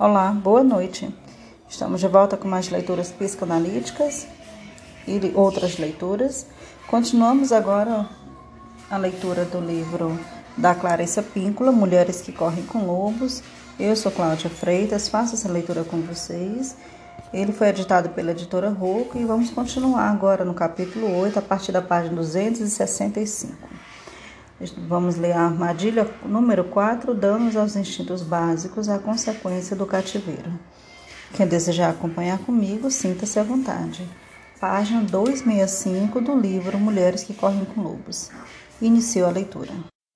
Olá, boa noite. Estamos de volta com mais leituras psicanalíticas e outras leituras. Continuamos agora a leitura do livro da Clarissa Píncola, Mulheres que Correm com Lobos. Eu sou Cláudia Freitas, faço essa leitura com vocês. Ele foi editado pela editora Rocco e vamos continuar agora no capítulo 8, a partir da página 265. Vamos ler a armadilha número 4, danos aos instintos básicos, a consequência do cativeiro. Quem desejar acompanhar comigo, sinta-se à vontade. Página 265 do livro Mulheres que Correm com Lobos. Iniciou a leitura.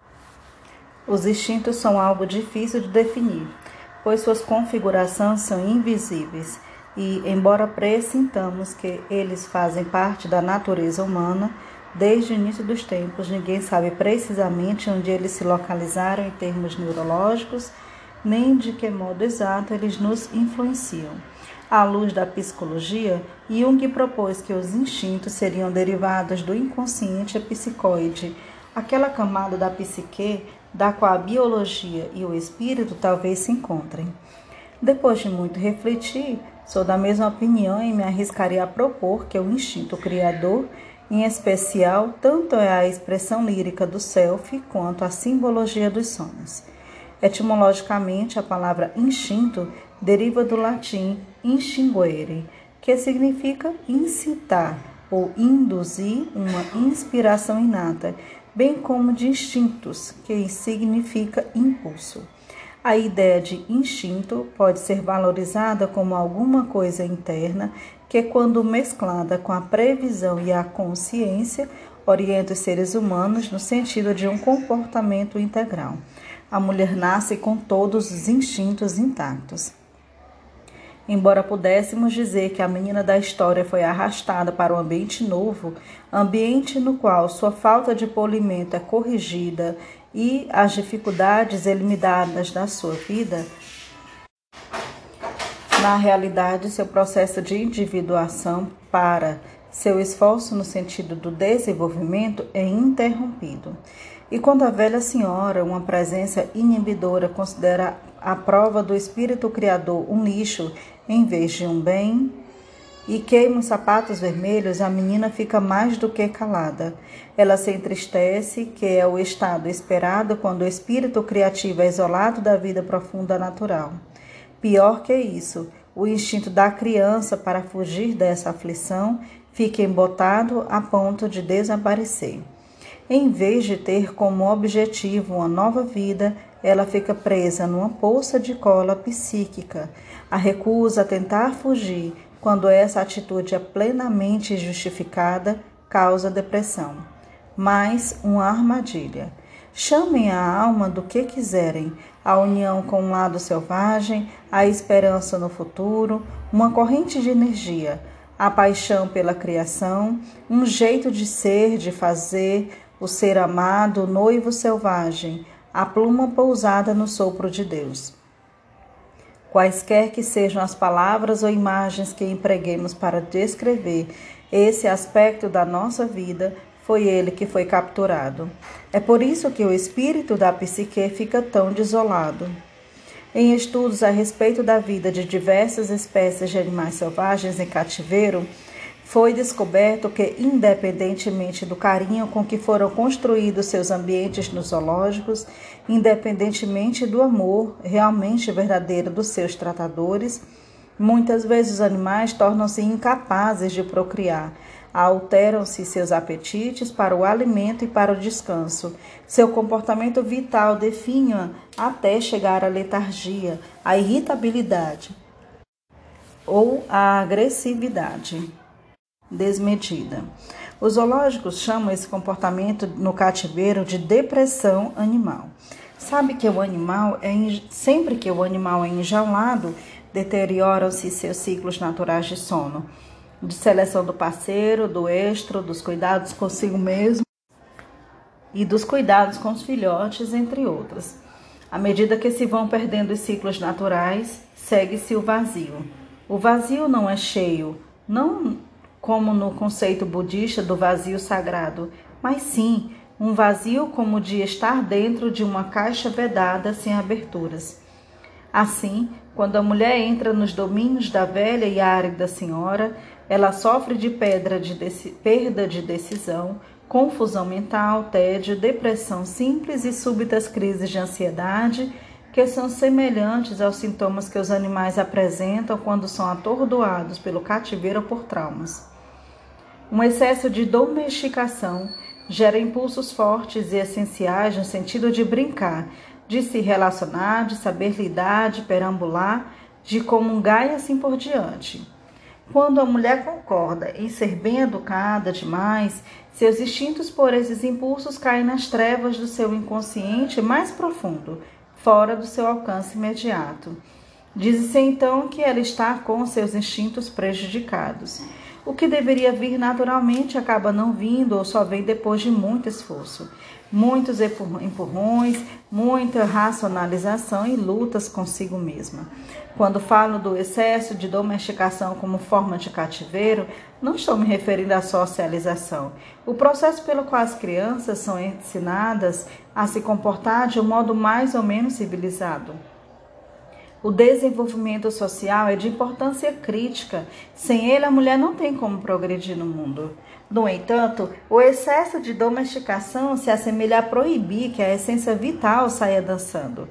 Os instintos são algo difícil de definir, pois suas configurações são invisíveis e, embora pressintamos que eles fazem parte da natureza humana, desde o início dos tempos, ninguém sabe precisamente onde eles se localizaram em termos neurológicos, nem de que modo exato eles nos influenciam. À luz da psicologia, Jung propôs que os instintos seriam derivados do inconsciente psicoide, aquela camada da psique da qual a biologia e o espírito talvez se encontrem. Depois de muito refletir, sou da mesma opinião e me arriscaria a propor que o instinto criador, em especial, tanto é a expressão lírica do self quanto a simbologia dos sonhos. Etimologicamente, a palavra instinto deriva do latim instinguere, que significa incitar ou induzir uma inspiração inata, bem como de instintos, que significa impulso. A ideia de instinto pode ser valorizada como alguma coisa interna que, quando mesclada com a previsão e a consciência, orienta os seres humanos no sentido de um comportamento integral. A mulher nasce com todos os instintos intactos. Embora pudéssemos dizer que a menina da história foi arrastada para um ambiente novo, ambiente no qual sua falta de polimento é corrigida e as dificuldades eliminadas da sua vida, na realidade, seu processo de individuação para seu esforço no sentido do desenvolvimento é interrompido. E quando a velha senhora, uma presença inibidora, considera a prova do espírito criador um lixo em vez de um bem, e queima os sapatos vermelhos, a menina fica mais do que calada. Ela se entristece, que é o estado esperado quando o espírito criativo é isolado da vida profunda natural. Pior que isso, o instinto da criança para fugir dessa aflição fica embotado a ponto de desaparecer. Em vez de ter como objetivo uma nova vida, ela fica presa numa poça de cola psíquica. A recusa a tentar fugir, quando essa atitude é plenamente justificada, causa depressão. Mais uma armadilha. Chamem a alma do que quiserem, a união com um lado selvagem, a esperança no futuro, uma corrente de energia, a paixão pela criação, um jeito de ser, de fazer, o ser amado, o noivo selvagem, a pluma pousada no sopro de Deus. Quaisquer que sejam as palavras ou imagens que empreguemos para descrever esse aspecto da nossa vida, foi ele que foi capturado. É por isso que o espírito da psique fica tão desolado. Em estudos a respeito da vida de diversas espécies de animais selvagens em cativeiro, foi descoberto que, independentemente do carinho com que foram construídos seus ambientes nos zoológicos, independentemente do amor realmente verdadeiro dos seus tratadores, muitas vezes os animais tornam-se incapazes de procriar. Alteram-se seus apetites para o alimento e para o descanso. Seu comportamento vital definha até chegar à letargia, à irritabilidade ou à agressividade desmedida. Os zoológicos chamam esse comportamento no cativeiro de depressão animal. Sabe que sempre que o animal é enjaulado, deterioram-se seus ciclos naturais de sono, de seleção do parceiro, do estro, dos cuidados consigo mesmo e dos cuidados com os filhotes, entre outros. À medida que se vão perdendo os ciclos naturais, segue-se o vazio. O vazio não é cheio, não como no conceito budista do vazio sagrado, mas sim um vazio como o de estar dentro de uma caixa vedada sem aberturas. Assim, quando a mulher entra nos domínios da velha e árida senhora, ela sofre de perda de decisão, confusão mental, tédio, depressão simples e súbitas crises de ansiedade, que são semelhantes aos sintomas que os animais apresentam quando são atordoados pelo cativeiro ou por traumas. Um excesso de domesticação gera impulsos fortes e essenciais no sentido de brincar, de se relacionar, de saber lidar, de perambular, de comungar e assim por diante. Quando a mulher concorda em ser bem educada demais, seus instintos por esses impulsos caem nas trevas do seu inconsciente mais profundo, fora do seu alcance imediato. Diz-se então que ela está com seus instintos prejudicados. O que deveria vir naturalmente acaba não vindo ou só vem depois de muito esforço, muitos empurrões, muita racionalização e lutas consigo mesma. Quando falo do excesso de domesticação como forma de cativeiro, não estou me referindo à socialização. O processo pelo qual as crianças são ensinadas a se comportar de um modo mais ou menos civilizado. O desenvolvimento social é de importância crítica. Sem ele, a mulher não tem como progredir no mundo. No entanto, o excesso de domesticação se assemelha a proibir que a essência vital saia dançando.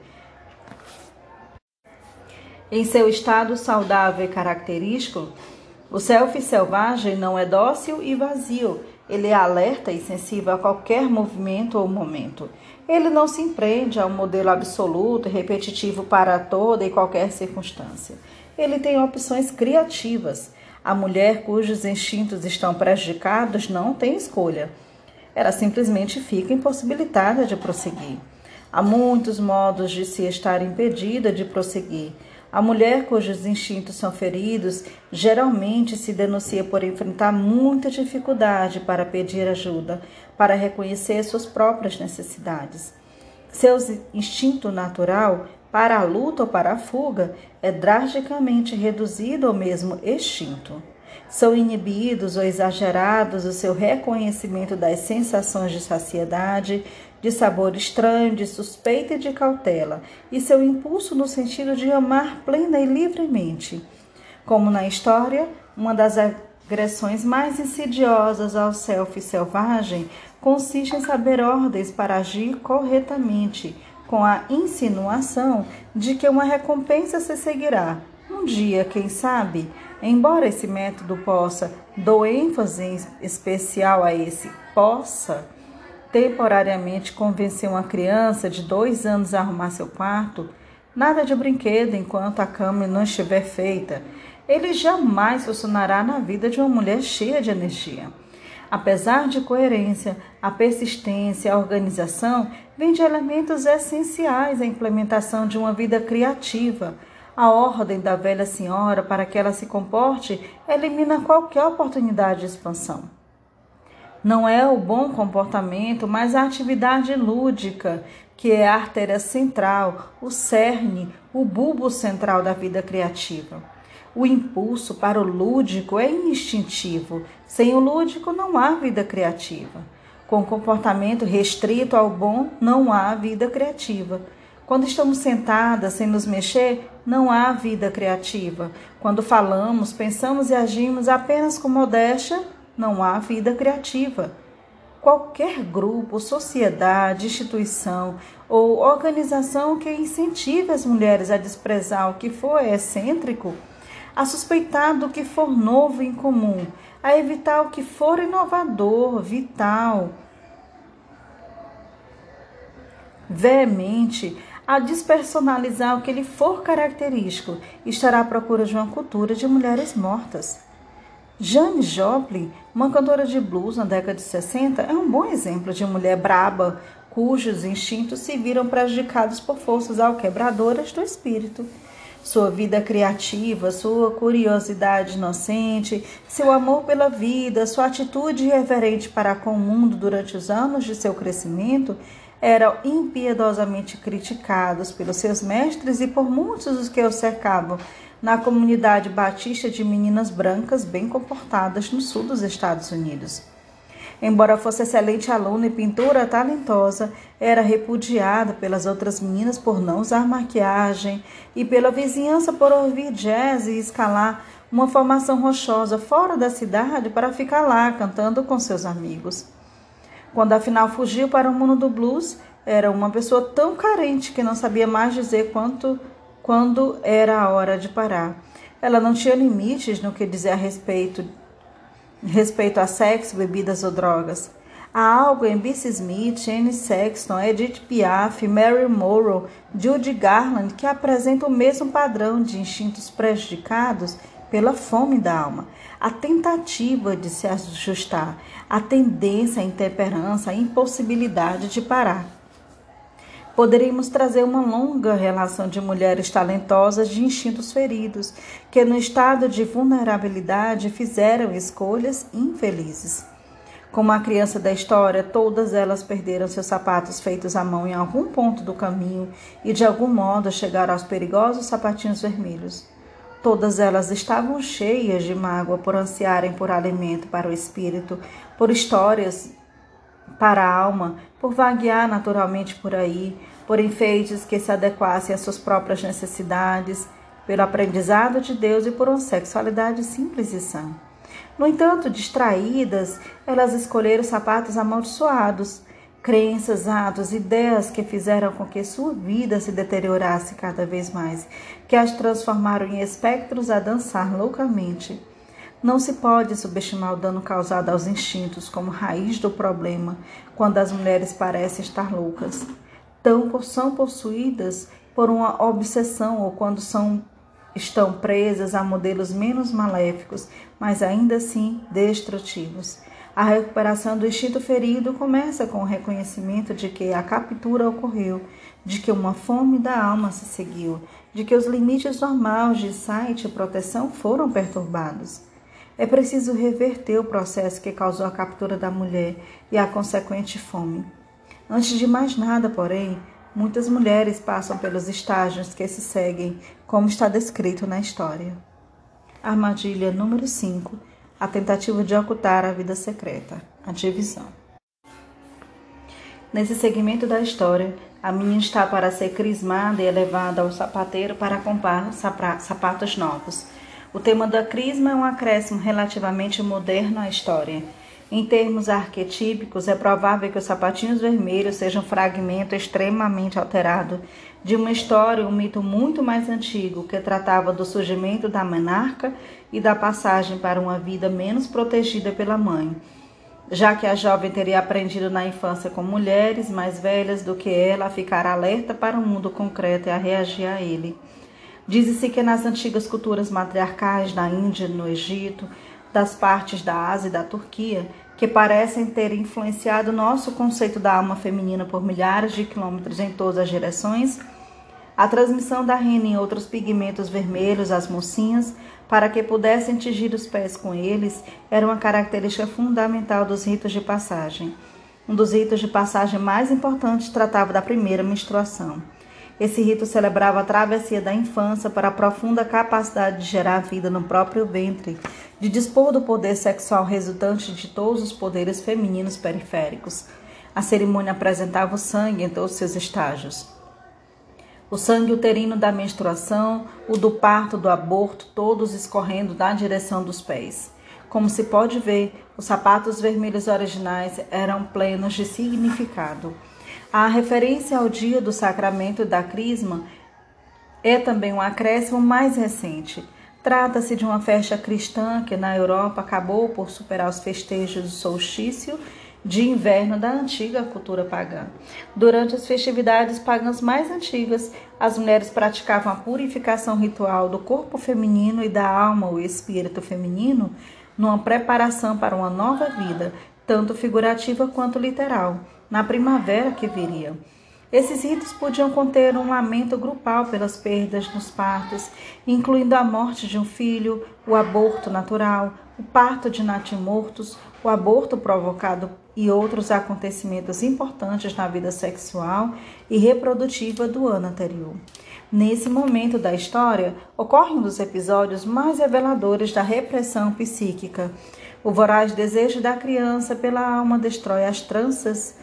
Em seu estado saudável e característico, o self selvagem não é dócil e vazio. Ele é alerta e sensível a qualquer movimento ou momento. Ele não se empreende a um modelo absoluto e repetitivo para toda e qualquer circunstância. Ele tem opções criativas. A mulher cujos instintos estão prejudicados não tem escolha. Ela simplesmente fica impossibilitada de prosseguir. Há muitos modos de se estar impedida de prosseguir. A mulher cujos instintos são feridos geralmente se denuncia por enfrentar muita dificuldade para pedir ajuda, para reconhecer suas próprias necessidades. Seu instinto natural para a luta ou para a fuga é drasticamente reduzido ou mesmo extinto. São inibidos ou exagerados o seu reconhecimento das sensações de saciedade, de sabor estranho, de suspeita e de cautela, e seu impulso no sentido de amar plena e livremente. Como na história, uma das agressões mais insidiosas ao self selvagem consiste em saber ordens para agir corretamente, com a insinuação de que uma recompensa se seguirá. Um dia, quem sabe, embora esse método possa, dou ênfase especial a esse possa, temporariamente convencer uma criança de 2 anos a arrumar seu quarto, nada de brinquedo enquanto a cama não estiver feita, ele jamais funcionará na vida de uma mulher cheia de energia. Apesar de coerência, a persistência, a organização vêm de elementos essenciais à implementação de uma vida criativa. A ordem da velha senhora para que ela se comporte elimina qualquer oportunidade de expansão. Não é o bom comportamento, mas a atividade lúdica, que é a artéria central, o cerne, o bulbo central da vida criativa. O impulso para o lúdico é instintivo. Sem o lúdico não há vida criativa. Com o comportamento restrito ao bom, não há vida criativa. Quando estamos sentadas sem nos mexer, não há vida criativa. Quando falamos, pensamos e agimos apenas com modéstia, não há vida criativa. Qualquer grupo, sociedade, instituição ou organização que incentive as mulheres a desprezar o que for excêntrico, a suspeitar do que for novo e incomum, a evitar o que for inovador, vital, veemente, a despersonalizar o que lhe for característico, estará à procura de uma cultura de mulheres mortas. Janis Joplin, uma cantora de blues na década de 60, é um bom exemplo de mulher braba, cujos instintos se viram prejudicados por forças alquebradoras do espírito. Sua vida criativa, sua curiosidade inocente, seu amor pela vida, sua atitude irreverente para com o mundo durante os anos de seu crescimento eram impiedosamente criticados pelos seus mestres e por muitos dos que o cercavam na comunidade batista de meninas brancas bem comportadas no sul dos Estados Unidos. Embora fosse excelente aluna e pintora talentosa, era repudiada pelas outras meninas por não usar maquiagem e pela vizinhança por ouvir jazz e escalar uma formação rochosa fora da cidade para ficar lá cantando com seus amigos. Quando afinal fugiu para o mundo do blues, era uma pessoa tão carente que não sabia mais dizer quando era a hora de parar. Ela não tinha limites no que dizer a respeito a sexo, bebidas ou drogas. Há algo em Bessie Smith, Anne Sexton, Edith Piaf, Mary Monroe, Judy Garland que apresenta o mesmo padrão de instintos prejudicados pela fome da alma, a tentativa de se ajustar, a tendência à intemperança, a impossibilidade de parar. Poderíamos trazer uma longa relação de mulheres talentosas de instintos feridos, que no estado de vulnerabilidade fizeram escolhas infelizes. Como a criança da história, todas elas perderam seus sapatos feitos à mão em algum ponto do caminho e de algum modo chegaram aos perigosos sapatinhos vermelhos. Todas elas estavam cheias de mágoa por ansiarem por alimento para o espírito, por histórias para a alma, por vaguear naturalmente por aí, por enfeites que se adequassem às suas próprias necessidades, pelo aprendizado de Deus e por uma sexualidade simples e sã. No entanto, distraídas, elas escolheram sapatos amaldiçoados, crenças, atos, ideias que fizeram com que sua vida se deteriorasse cada vez mais, que as transformaram em espectros a dançar loucamente. Não se pode subestimar o dano causado aos instintos como raiz do problema quando as mulheres parecem estar loucas. São possuídas por uma obsessão ou quando estão presas a modelos menos maléficos, mas ainda assim destrutivos. A recuperação do instinto ferido começa com o reconhecimento de que a captura ocorreu, de que uma fome da alma se seguiu, de que os limites normais de insight e proteção foram perturbados. É preciso reverter o processo que causou a captura da mulher e a consequente fome. Antes de mais nada, porém, muitas mulheres passam pelos estágios que se seguem, como está descrito na história. Armadilha número 5. A tentativa de ocultar a vida secreta. A divisão. Nesse segmento da história, a menina está para ser crismada e levada ao sapateiro para comprar sapatos novos. O tema da crisma é um acréscimo relativamente moderno à história. Em termos arquetípicos, é provável que os sapatinhos vermelhos sejam um fragmento extremamente alterado de uma história, um mito muito mais antigo, que tratava do surgimento da menarca e da passagem para uma vida menos protegida pela mãe, já que a jovem teria aprendido na infância com mulheres mais velhas do que ela a ficar alerta para o mundo concreto e a reagir a ele. Diz-se que nas antigas culturas matriarcais da Índia, no Egito, das partes da Ásia e da Turquia, que parecem ter influenciado nosso conceito da alma feminina por milhares de quilômetros em todas as direções, a transmissão da rena em outros pigmentos vermelhos às mocinhas, para que pudessem tingir os pés com eles, era uma característica fundamental dos ritos de passagem. Um dos ritos de passagem mais importantes tratava da primeira menstruação. Esse rito celebrava a travessia da infância para a profunda capacidade de gerar vida no próprio ventre, de dispor do poder sexual resultante de todos os poderes femininos periféricos. A cerimônia apresentava o sangue em todos seus estágios. O sangue uterino da menstruação, o do parto, do aborto, todos escorrendo na direção dos pés. Como se pode ver, os sapatos vermelhos originais eram plenos de significado. A referência ao dia do sacramento da crisma é também um acréscimo mais recente. Trata-se de uma festa cristã que na Europa acabou por superar os festejos do solstício de inverno da antiga cultura pagã. Durante as festividades pagãs mais antigas, as mulheres praticavam a purificação ritual do corpo feminino e da alma ou espírito feminino numa preparação para uma nova vida, tanto figurativa quanto literal, na primavera que viria. Esses ritos podiam conter um lamento grupal pelas perdas nos partos, incluindo a morte de um filho, o aborto natural, o parto de natimortos, o aborto provocado e outros acontecimentos importantes na vida sexual e reprodutiva do ano anterior. Nesse momento da história, ocorre um dos episódios mais reveladores da repressão psíquica. O voraz desejo da criança pela alma destrói as tranças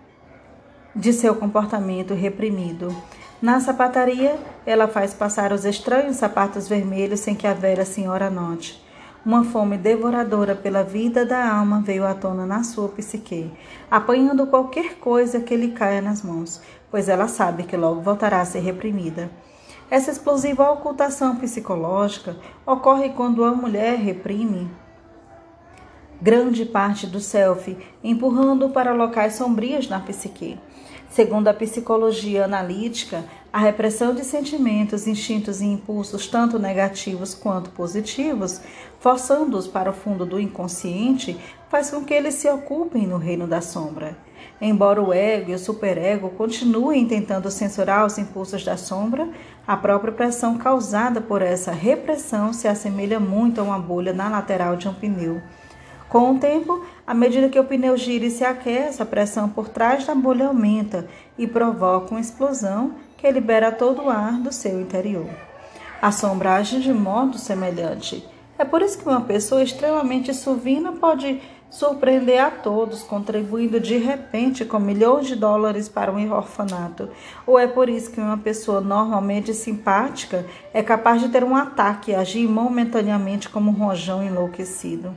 de seu comportamento reprimido. Na sapataria, ela faz passar os estranhos sapatos vermelhos sem que a velha senhora note. Uma fome devoradora pela vida da alma veio à tona na sua psique, apanhando qualquer coisa que lhe caia nas mãos, pois ela sabe que logo voltará a ser reprimida. Essa explosiva ocultação psicológica ocorre quando a mulher reprime grande parte do self, empurrando-o para locais sombrios na psique. Segundo a psicologia analítica, a repressão de sentimentos, instintos e impulsos, tanto negativos quanto positivos, forçando-os para o fundo do inconsciente, faz com que eles se ocupem no reino da sombra. Embora o ego e o superego continuem tentando censurar os impulsos da sombra, a própria pressão causada por essa repressão se assemelha muito a uma bolha na lateral de um pneu. Com o tempo, à medida que o pneu gira e se aquece, a pressão por trás da bolha aumenta e provoca uma explosão que libera todo o ar do seu interior. A sombra age de modo semelhante. É por isso que uma pessoa extremamente suvina pode surpreender a todos, contribuindo de repente com milhões de dólares para um orfanato. Ou é por isso que uma pessoa normalmente simpática é capaz de ter um ataque e agir momentaneamente como um rojão enlouquecido.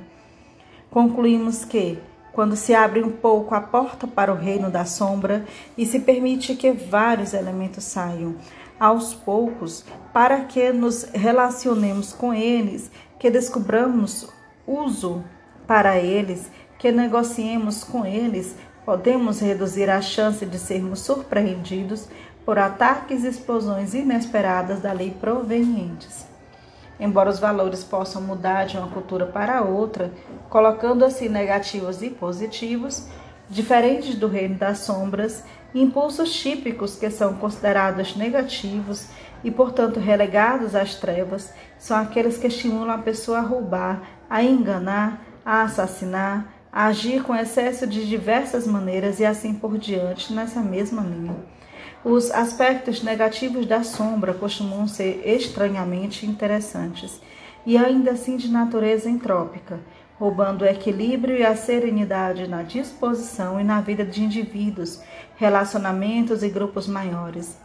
Concluímos que, quando se abre um pouco a porta para o reino da sombra e se permite que vários elementos saiam, aos poucos, para que nos relacionemos com eles, que descobramos uso para eles, que negociemos com eles, podemos reduzir a chance de sermos surpreendidos por ataques e explosões inesperadas dali provenientes. Embora os valores possam mudar de uma cultura para outra, colocando assim negativos e positivos, diferentes do reino das sombras, impulsos típicos que são considerados negativos e, portanto, relegados às trevas, são aqueles que estimulam a pessoa a roubar, a enganar, a assassinar, a agir com excesso de diversas maneiras e assim por diante nessa mesma linha. Os aspectos negativos da sombra costumam ser estranhamente interessantes e ainda assim de natureza entrópica, roubando o equilíbrio e a serenidade na disposição e na vida de indivíduos, relacionamentos e grupos maiores.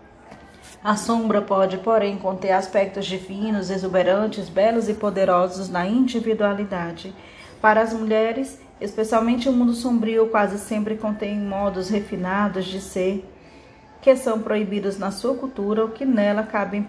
A sombra pode, porém, conter aspectos divinos, exuberantes, belos e poderosos na individualidade. Para as mulheres, especialmente o mundo sombrio quase sempre contém modos refinados de ser, que são proibidos na sua cultura ou que nela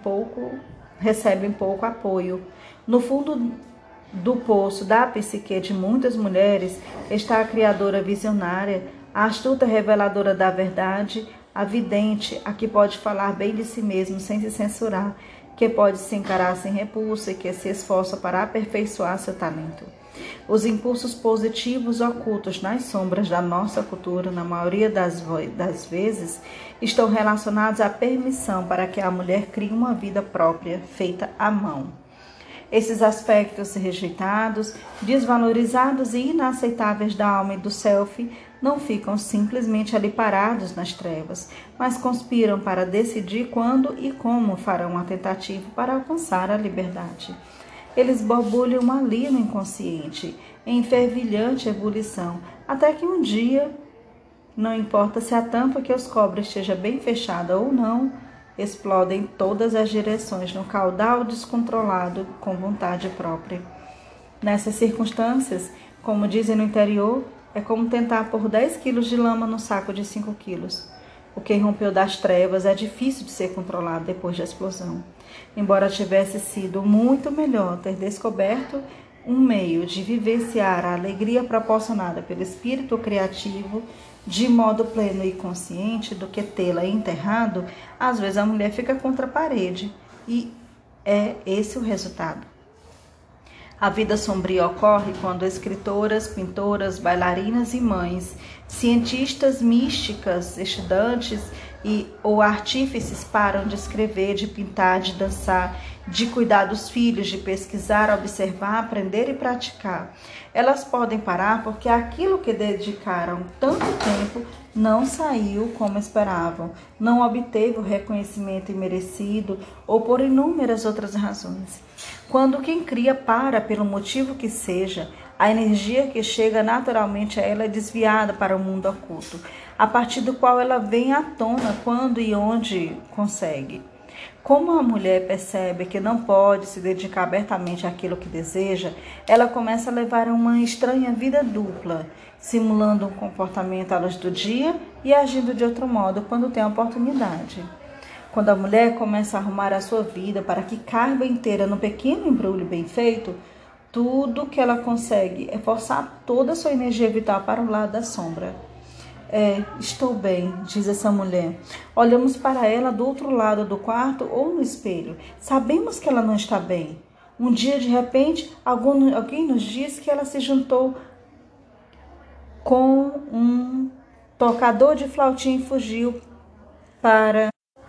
recebem pouco apoio. No fundo do poço da psique de muitas mulheres está a criadora visionária, a astuta reveladora da verdade, a vidente, a que pode falar bem de si mesmo sem se censurar, que pode se encarar sem repulsa e que se esforça para aperfeiçoar seu talento. Os impulsos positivos ocultos nas sombras da nossa cultura, na maioria das vezes, estão relacionados à permissão para que a mulher crie uma vida própria, feita à mão. Esses aspectos rejeitados, desvalorizados e inaceitáveis da alma e do self não ficam simplesmente ali parados nas trevas, mas conspiram para decidir quando e como farão uma tentativa para alcançar a liberdade. Eles borbulham ali no inconsciente, em fervilhante ebulição, até que um dia, não importa se a tampa que os cobre esteja bem fechada ou não, explodem em todas as direções no caudal descontrolado com vontade própria. Nessas circunstâncias, como dizem no interior, é como tentar pôr 10 quilos de lama no saco de 5 quilos. O que irrompeu das trevas é difícil de ser controlado depois da explosão. Embora tivesse sido muito melhor ter descoberto um meio de vivenciar a alegria proporcionada pelo espírito criativo de modo pleno e consciente do que tê-la enterrado, às vezes a mulher fica contra a parede e é esse o resultado. A vida sombria ocorre quando escritoras, pintoras, bailarinas e mães, cientistas místicas, estudantes ou artífices param de escrever, de pintar, de dançar de cuidar dos filhos, de pesquisar, observar, aprender e praticar. Elas podem parar porque aquilo que dedicaram tanto tempo não saiu como esperavam, não obteve o reconhecimento merecido ou por inúmeras outras razões. Quando quem cria para, pelo motivo que seja, a energia que chega naturalmente a ela é desviada para o mundo oculto, a partir do qual ela vem à tona quando e onde consegue. Como a mulher percebe que não pode se dedicar abertamente àquilo que deseja, ela começa a levar uma estranha vida dupla, simulando um comportamento à luz do dia e agindo de outro modo quando tem a oportunidade. Quando a mulher começa a arrumar a sua vida para que caiba inteira no pequeno embrulho bem feito, tudo que ela consegue é forçar toda a sua energia vital para o lado da sombra. Estou bem, diz essa mulher. Olhamos para ela do outro lado do quarto ou no espelho. Sabemos que ela não está bem. Um dia, de repente, alguém nos diz que ela se juntou com um tocador de flautinha e fugiu para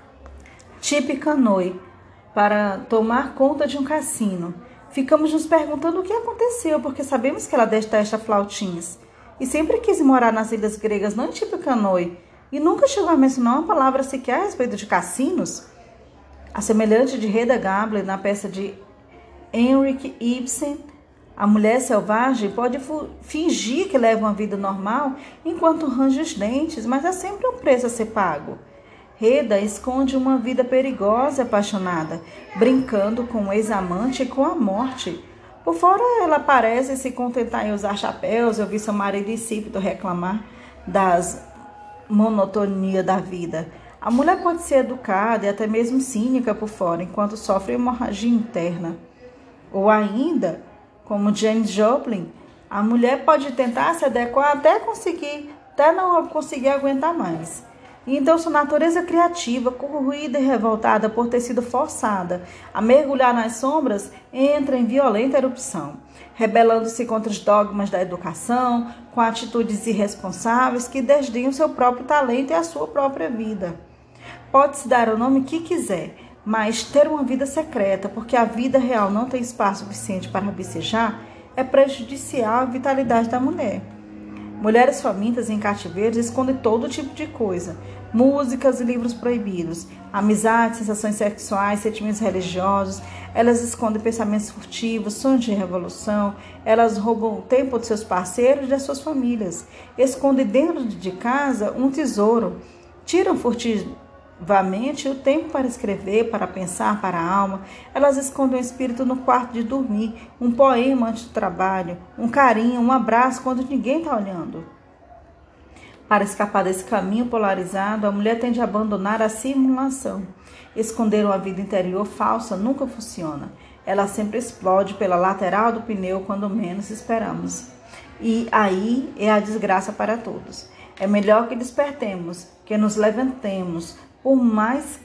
Tippecanoe para tomar conta de um cassino. Ficamos nos perguntando o que aconteceu, porque sabemos que ela detesta flautinhas. E sempre quis morar nas ilhas gregas, não em Tippecanoe, e nunca chegou a mencionar uma palavra sequer a respeito de cassinos. A semelhante de Hedda Gabler na peça de Henrik Ibsen, a mulher selvagem pode fingir que leva uma vida normal enquanto range os dentes, mas há sempre um preço a ser pago. Hedda esconde uma vida perigosa e apaixonada, brincando com o ex-amante e com a morte. Por fora, ela parece se contentar em usar chapéus e ouvir seu marido insípido reclamar das monotonia da vida. A mulher pode ser educada e até mesmo cínica por fora, enquanto sofre hemorragia interna. Ou ainda, como Janis Joplin, a mulher pode tentar se adequar até não conseguir aguentar mais. E então sua natureza criativa, corroída e revoltada por ter sido forçada a mergulhar nas sombras, entra em violenta erupção, rebelando-se contra os dogmas da educação, com atitudes irresponsáveis que desdenham seu próprio talento e a sua própria vida. Pode-se dar o nome que quiser, mas ter uma vida secreta, porque a vida real não tem espaço suficiente para vicejar, é prejudicial à vitalidade da mulher. Mulheres famintas em cativeiros escondem todo tipo de coisa, músicas e livros proibidos, amizades, sensações sexuais, sentimentos religiosos. Elas escondem pensamentos furtivos, sonhos de revolução. Elas roubam o tempo de seus parceiros e das suas famílias. Escondem dentro de casa um tesouro. Tiram furtivamente o tempo para escrever, para pensar, para a alma. Elas escondem o espírito no quarto de dormir, um poema antes do trabalho, um carinho, um abraço quando ninguém está olhando. Para escapar desse caminho polarizado, a mulher tende a abandonar a simulação. Esconder uma vida interior falsa nunca funciona. Ela sempre explode pela lateral do pneu quando menos esperamos. E aí é a desgraça para todos. É melhor que despertemos, que nos levantemos, por mais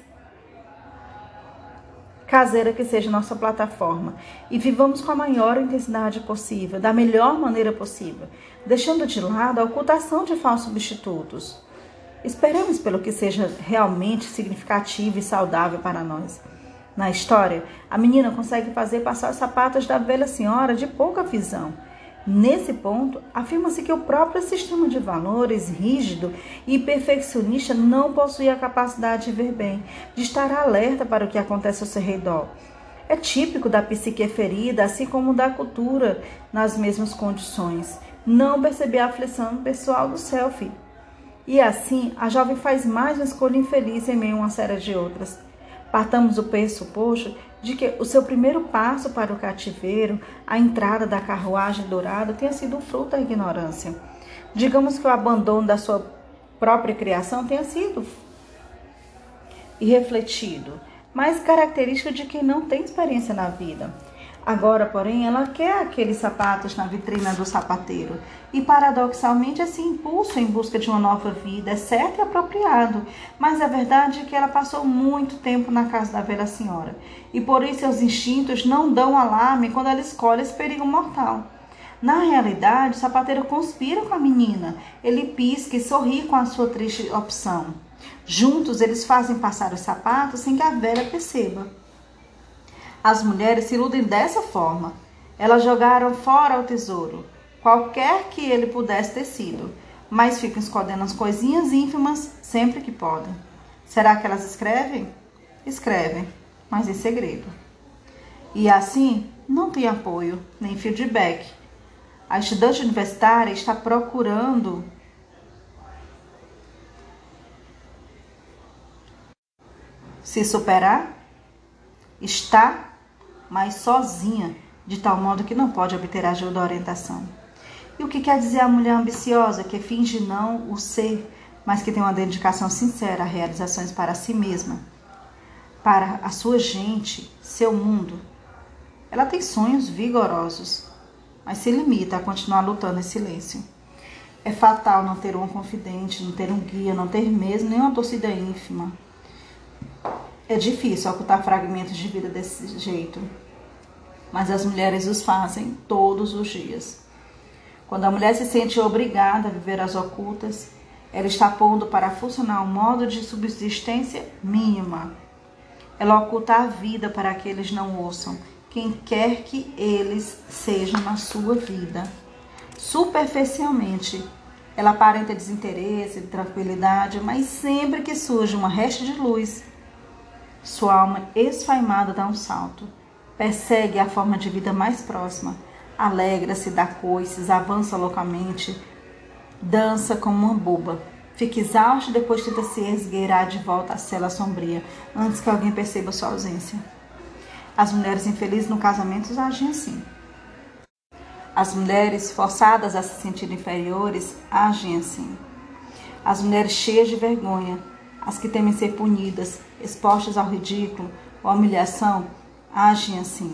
caseira que seja nossa plataforma, e vivamos com a maior intensidade possível, da melhor maneira possível, deixando de lado a ocultação de falsos substitutos. Esperemos pelo que seja realmente significativo e saudável para nós. Na história, a menina consegue fazer passar os sapatos da velha senhora de pouca visão. Nesse ponto, afirma-se que o próprio sistema de valores rígido e perfeccionista não possui a capacidade de ver bem, de estar alerta para o que acontece ao seu redor. É típico da psique ferida, assim como da cultura, nas mesmas condições, não perceber a aflição pessoal do selfie. E assim, a jovem faz mais uma escolha infeliz em meio a uma série de outras. Partamos do pressuposto de que o seu primeiro passo para o cativeiro, a entrada da carruagem dourada, tenha sido fruto da ignorância. Digamos que o abandono da sua própria criação tenha sido irrefletido, mas característica de quem não tem experiência na vida. Agora, porém, ela quer aqueles sapatos na vitrina do sapateiro. E, paradoxalmente, esse impulso em busca de uma nova vida é certo e apropriado. Mas a verdade é que ela passou muito tempo na casa da velha senhora. E por isso seus instintos não dão alarme quando ela escolhe esse perigo mortal. Na realidade, o sapateiro conspira com a menina. Ele pisca e sorri com a sua triste opção. Juntos, eles fazem passar os sapatos sem que a velha perceba. As mulheres se iludem dessa forma. Elas jogaram fora o tesouro, qualquer que ele pudesse ter sido, mas ficam escondendo as coisinhas ínfimas sempre que podem. Será que elas escrevem? Escrevem, mas em segredo. E assim, não tem apoio, nem feedback. A estudante universitária está procurando se superar, está, mas sozinha, de tal modo que não pode obter ajuda ou orientação. E o que quer dizer a mulher ambiciosa, que finge não o ser, mas que tem uma dedicação sincera a realizações para si mesma, para a sua gente, seu mundo? Ela tem sonhos vigorosos, mas se limita a continuar lutando em silêncio. É fatal não ter um confidente, não ter um guia, não ter mesmo nenhuma torcida ínfima. É difícil ocultar fragmentos de vida desse jeito, mas as mulheres os fazem todos os dias. Quando a mulher se sente obrigada a viver às ocultas, ela está pondo para funcionar um modo de subsistência mínima. Ela oculta a vida para que eles não ouçam, quem quer que eles sejam na sua vida. Superficialmente, ela aparenta desinteresse, tranquilidade, mas sempre que surge uma resta de luz, sua alma esfaimada dá um salto, persegue a forma de vida mais próxima, alegra-se, dá coices, avança loucamente, dança como uma boba. Fica exausto e depois tenta se esgueirar de volta à cela sombria, antes que alguém perceba sua ausência. As mulheres infelizes no casamento agem assim. As mulheres forçadas a se sentir inferiores agem assim. As mulheres cheias de vergonha, as que temem ser punidas, expostas ao ridículo ou à humilhação, agem assim.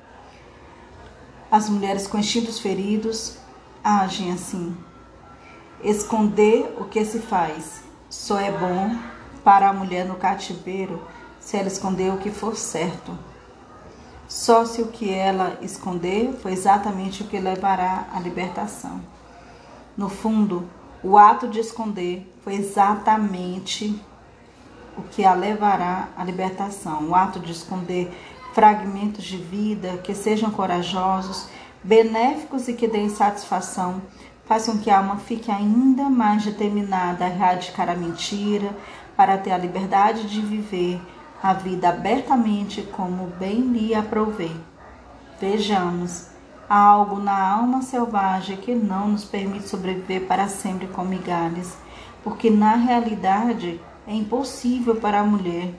As mulheres com instintos feridos agem assim. Esconder o que se faz só é bom para a mulher no cativeiro se ela esconder o que for certo. Só se o que ela esconder foi exatamente o que levará à libertação. No fundo, o ato de esconder foi exatamente o que a levará à libertação. O ato de esconder fragmentos de vida que sejam corajosos, benéficos e que deem satisfação, faz com que a alma fique ainda mais determinada a erradicar a mentira, para ter a liberdade de viver a vida abertamente como bem lhe aprouver. Vejamos, há algo na alma selvagem que não nos permite sobreviver para sempre com migalhas, porque na realidade é impossível para a mulher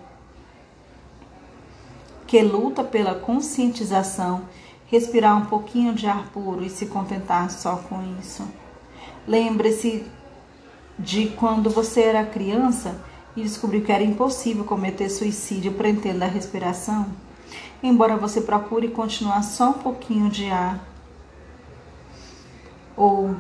que luta pela conscientização respirar um pouquinho de ar puro e se contentar só com isso. Lembre-se de quando você era criança e descobriu que era impossível cometer suicídio prendendo a respiração. Embora você procure continuar só um pouquinho de ar ou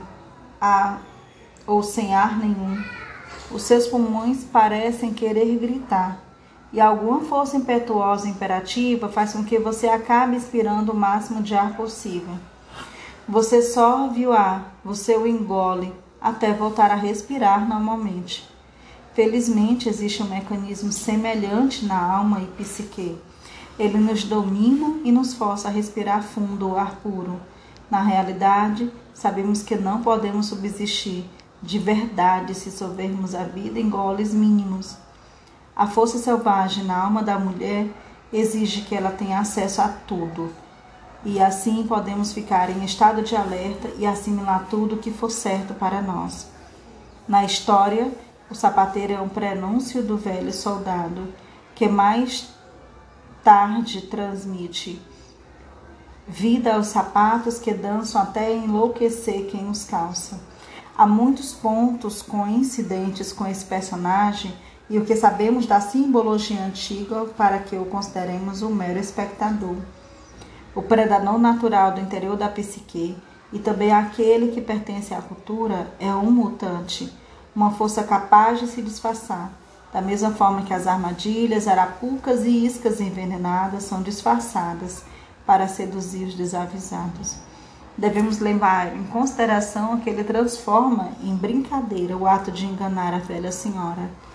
sem ar nenhum, os seus pulmões parecem querer gritar e alguma força impetuosa e imperativa faz com que você acabe expirando o máximo de ar possível. Você sorve o ar, você o engole até voltar a respirar normalmente. Felizmente, existe um mecanismo semelhante na alma e psique. Ele nos domina e nos força a respirar fundo o ar puro. Na realidade, sabemos que não podemos subsistir de verdade se sorvermos a vida em goles mínimos. A força selvagem na alma da mulher exige que ela tenha acesso a tudo. E assim podemos ficar em estado de alerta e assimilar tudo que for certo para nós. Na história, o sapateiro é um prenúncio do velho soldado, que mais tarde transmite vida aos sapatos que dançam até enlouquecer quem os calça. Há muitos pontos coincidentes com esse personagem e o que sabemos da simbologia antiga para que o consideremos um mero espectador. O predador natural do interior da psique e também aquele que pertence à cultura é um mutante, uma força capaz de se disfarçar, da mesma forma que as armadilhas, arapucas e iscas envenenadas são disfarçadas para seduzir os desavisados. Devemos levar em consideração que ele transforma em brincadeira o ato de enganar a velha senhora.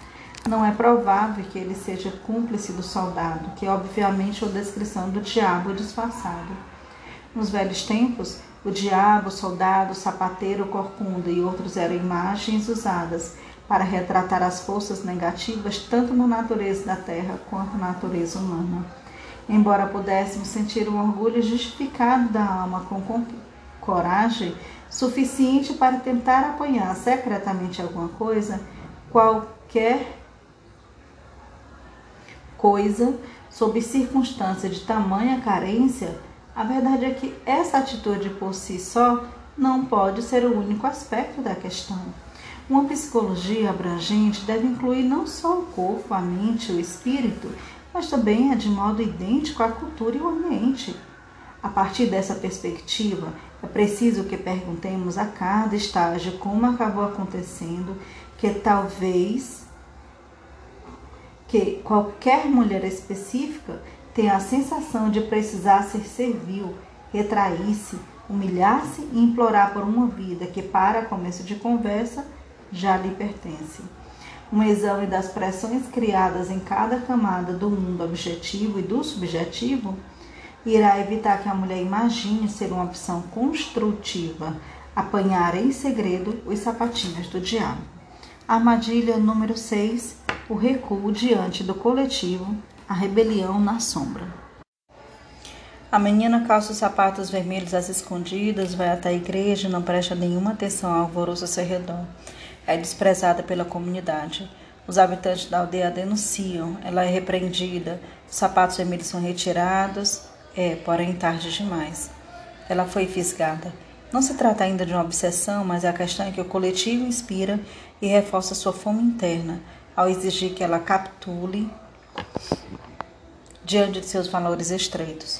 Não é provável que ele seja cúmplice do soldado, que obviamente é a descrição do diabo disfarçado. Nos velhos tempos, o diabo, o soldado, o sapateiro, o corcunda e outros eram imagens usadas para retratar as forças negativas tanto na natureza da terra quanto na natureza humana. Embora pudéssemos sentir um orgulho justificado da alma com coragem suficiente para tentar apanhar secretamente alguma coisa, qualquer coisa, sob circunstância de tamanha carência, a verdade é que essa atitude por si só não pode ser o único aspecto da questão. Uma psicologia abrangente deve incluir não só o corpo, a mente, o espírito, mas também é de modo idêntico a cultura e o ambiente. A partir dessa perspectiva, é preciso que perguntemos a cada estágio como acabou acontecendo que qualquer mulher específica tenha a sensação de precisar ser servil, retrair-se, humilhar-se e implorar por uma vida que, para começo de conversa, já lhe pertence. Um exame das pressões criadas em cada camada do mundo objetivo e do subjetivo irá evitar que a mulher imagine ser uma opção construtiva apanhar em segredo os sapatinhos do diabo. Armadilha número 6. O recuo diante do coletivo, a rebelião na sombra. A menina calça os sapatos vermelhos às escondidas, vai até a igreja e não presta nenhuma atenção ao alvoroço ao seu redor. É desprezada pela comunidade. Os habitantes da aldeia a denunciam, ela é repreendida, os sapatos vermelhos são retirados, porém tarde demais. Ela foi fisgada. Não se trata ainda de uma obsessão, mas a questão é que o coletivo inspira e reforça sua fome interna, ao exigir que ela capitule diante de seus valores estreitos.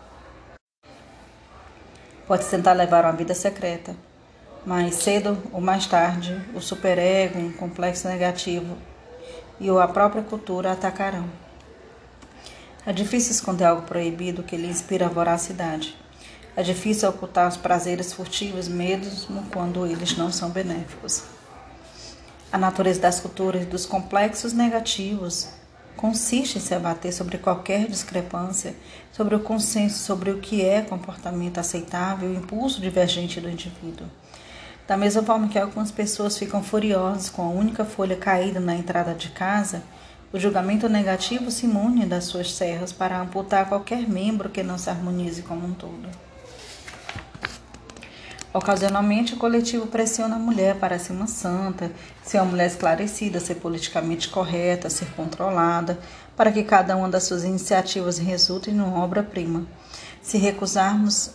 Pode tentar levar uma vida secreta, mas cedo ou mais tarde, o superego, um complexo negativo e a própria cultura atacarão. É difícil esconder algo proibido que lhe inspira a voracidade. É difícil ocultar os prazeres furtivos, mesmo quando eles não são benéficos. A natureza das culturas e dos complexos negativos consiste em se abater sobre qualquer discrepância, sobre o consenso sobre o que é comportamento aceitável e o impulso divergente do indivíduo. Da mesma forma que algumas pessoas ficam furiosas com a única folha caída na entrada de casa, o julgamento negativo se imune das suas serras para amputar qualquer membro que não se harmonize como um todo. Ocasionalmente, o coletivo pressiona a mulher para ser uma santa, ser uma mulher esclarecida, ser politicamente correta, ser controlada, para que cada uma das suas iniciativas resulte em uma obra-prima. Se recuarmos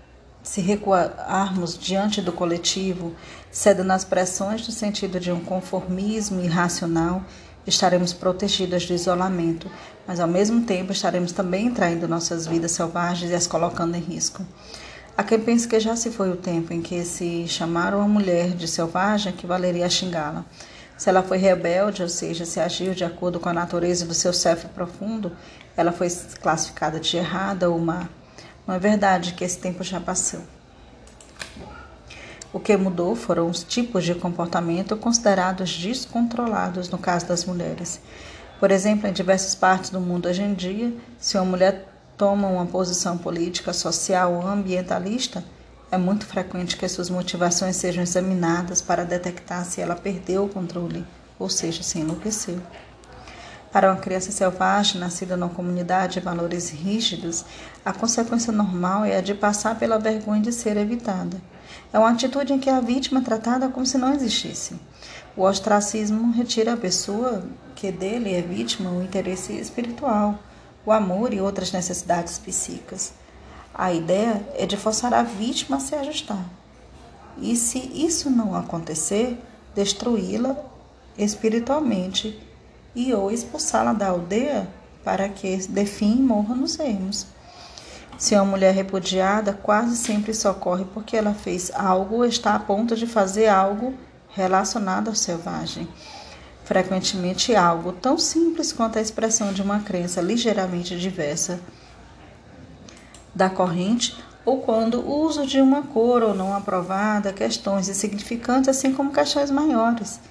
diante do coletivo, cedendo às pressões no sentido de um conformismo irracional, estaremos protegidas do isolamento, mas ao mesmo tempo estaremos também traindo nossas vidas selvagens e as colocando em risco. Há quem pense que já se foi o tempo em que se chamar uma mulher de selvagem equivaleria a xingá-la. Se ela foi rebelde, ou seja, se agiu de acordo com a natureza do seu self profundo, ela foi classificada de errada ou má. Não é verdade que esse tempo já passou. O que mudou foram os tipos de comportamento considerados descontrolados no caso das mulheres. Por exemplo, em diversas partes do mundo hoje em dia, se uma mulher toma uma posição política, social ou ambientalista, é muito frequente que suas motivações sejam examinadas para detectar se ela perdeu o controle, ou seja, se enlouqueceu. Para uma criança selvagem, nascida numa comunidade de valores rígidos, a consequência normal é a de passar pela vergonha de ser evitada. É uma atitude em que a vítima é tratada como se não existisse. O ostracismo retira à pessoa que dele é vítima o interesse espiritual, o amor e outras necessidades psíquicas. A ideia é de forçar a vítima a se ajustar. E se isso não acontecer, destruí-la espiritualmente e ou expulsá-la da aldeia para que, de fim, morra nos ermos. Se uma mulher repudiada, quase sempre isso ocorre porque ela fez algo ou está a ponto de fazer algo relacionado ao selvagem. Frequentemente algo tão simples quanto a expressão de uma crença ligeiramente diversa da corrente, ou quando o uso de uma cor ou não aprovada, questões insignificantes, assim como questões maiores.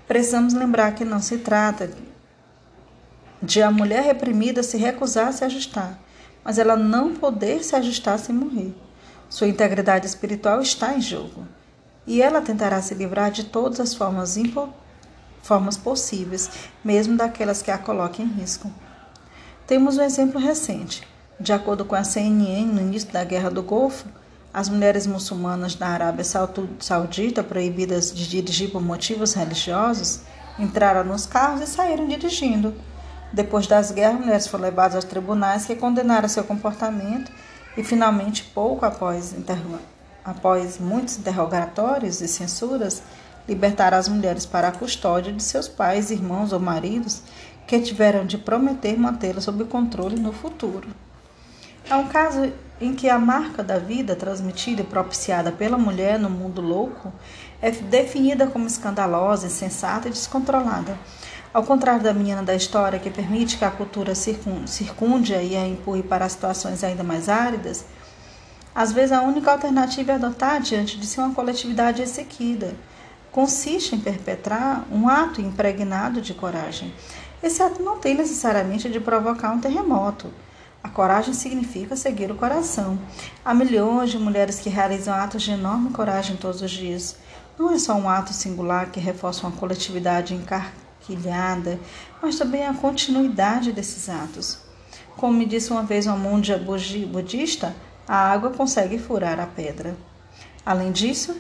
Precisamos lembrar que não se trata de a mulher reprimida se recusar a se ajustar, mas ela não poder se ajustar sem morrer. Sua integridade espiritual está em jogo, e ela tentará se livrar de todas as formas possíveis, mesmo daquelas que a coloquem em risco. Temos um exemplo recente. De acordo com a CNN, no início da Guerra do Golfo, as mulheres muçulmanas da Arábia Saudita, proibidas de dirigir por motivos religiosos, entraram nos carros e saíram dirigindo. Depois das guerras, mulheres foram levadas aos tribunais que condenaram seu comportamento e, finalmente, pouco após muitos interrogatórios e censuras, libertaram as mulheres para a custódia de seus pais, irmãos ou maridos que tiveram de prometer mantê-las sob controle no futuro. É um caso em que a marca da vida transmitida e propiciada pela mulher no mundo louco é definida como escandalosa, insensata e descontrolada. Ao contrário da menina da história, que permite que a cultura circunde e a empurre para situações ainda mais áridas, às vezes a única alternativa é adotar diante de si uma coletividade exequida. Consiste em perpetrar um ato impregnado de coragem. Esse ato não tem necessariamente de provocar um terremoto. A coragem significa seguir o coração. Há milhões de mulheres que realizam atos de enorme coragem todos os dias. Não é só um ato singular que reforça uma coletividade encarquilhada, mas também a continuidade desses atos. Como me disse uma vez uma monja budista, a água consegue furar a pedra. Além disso,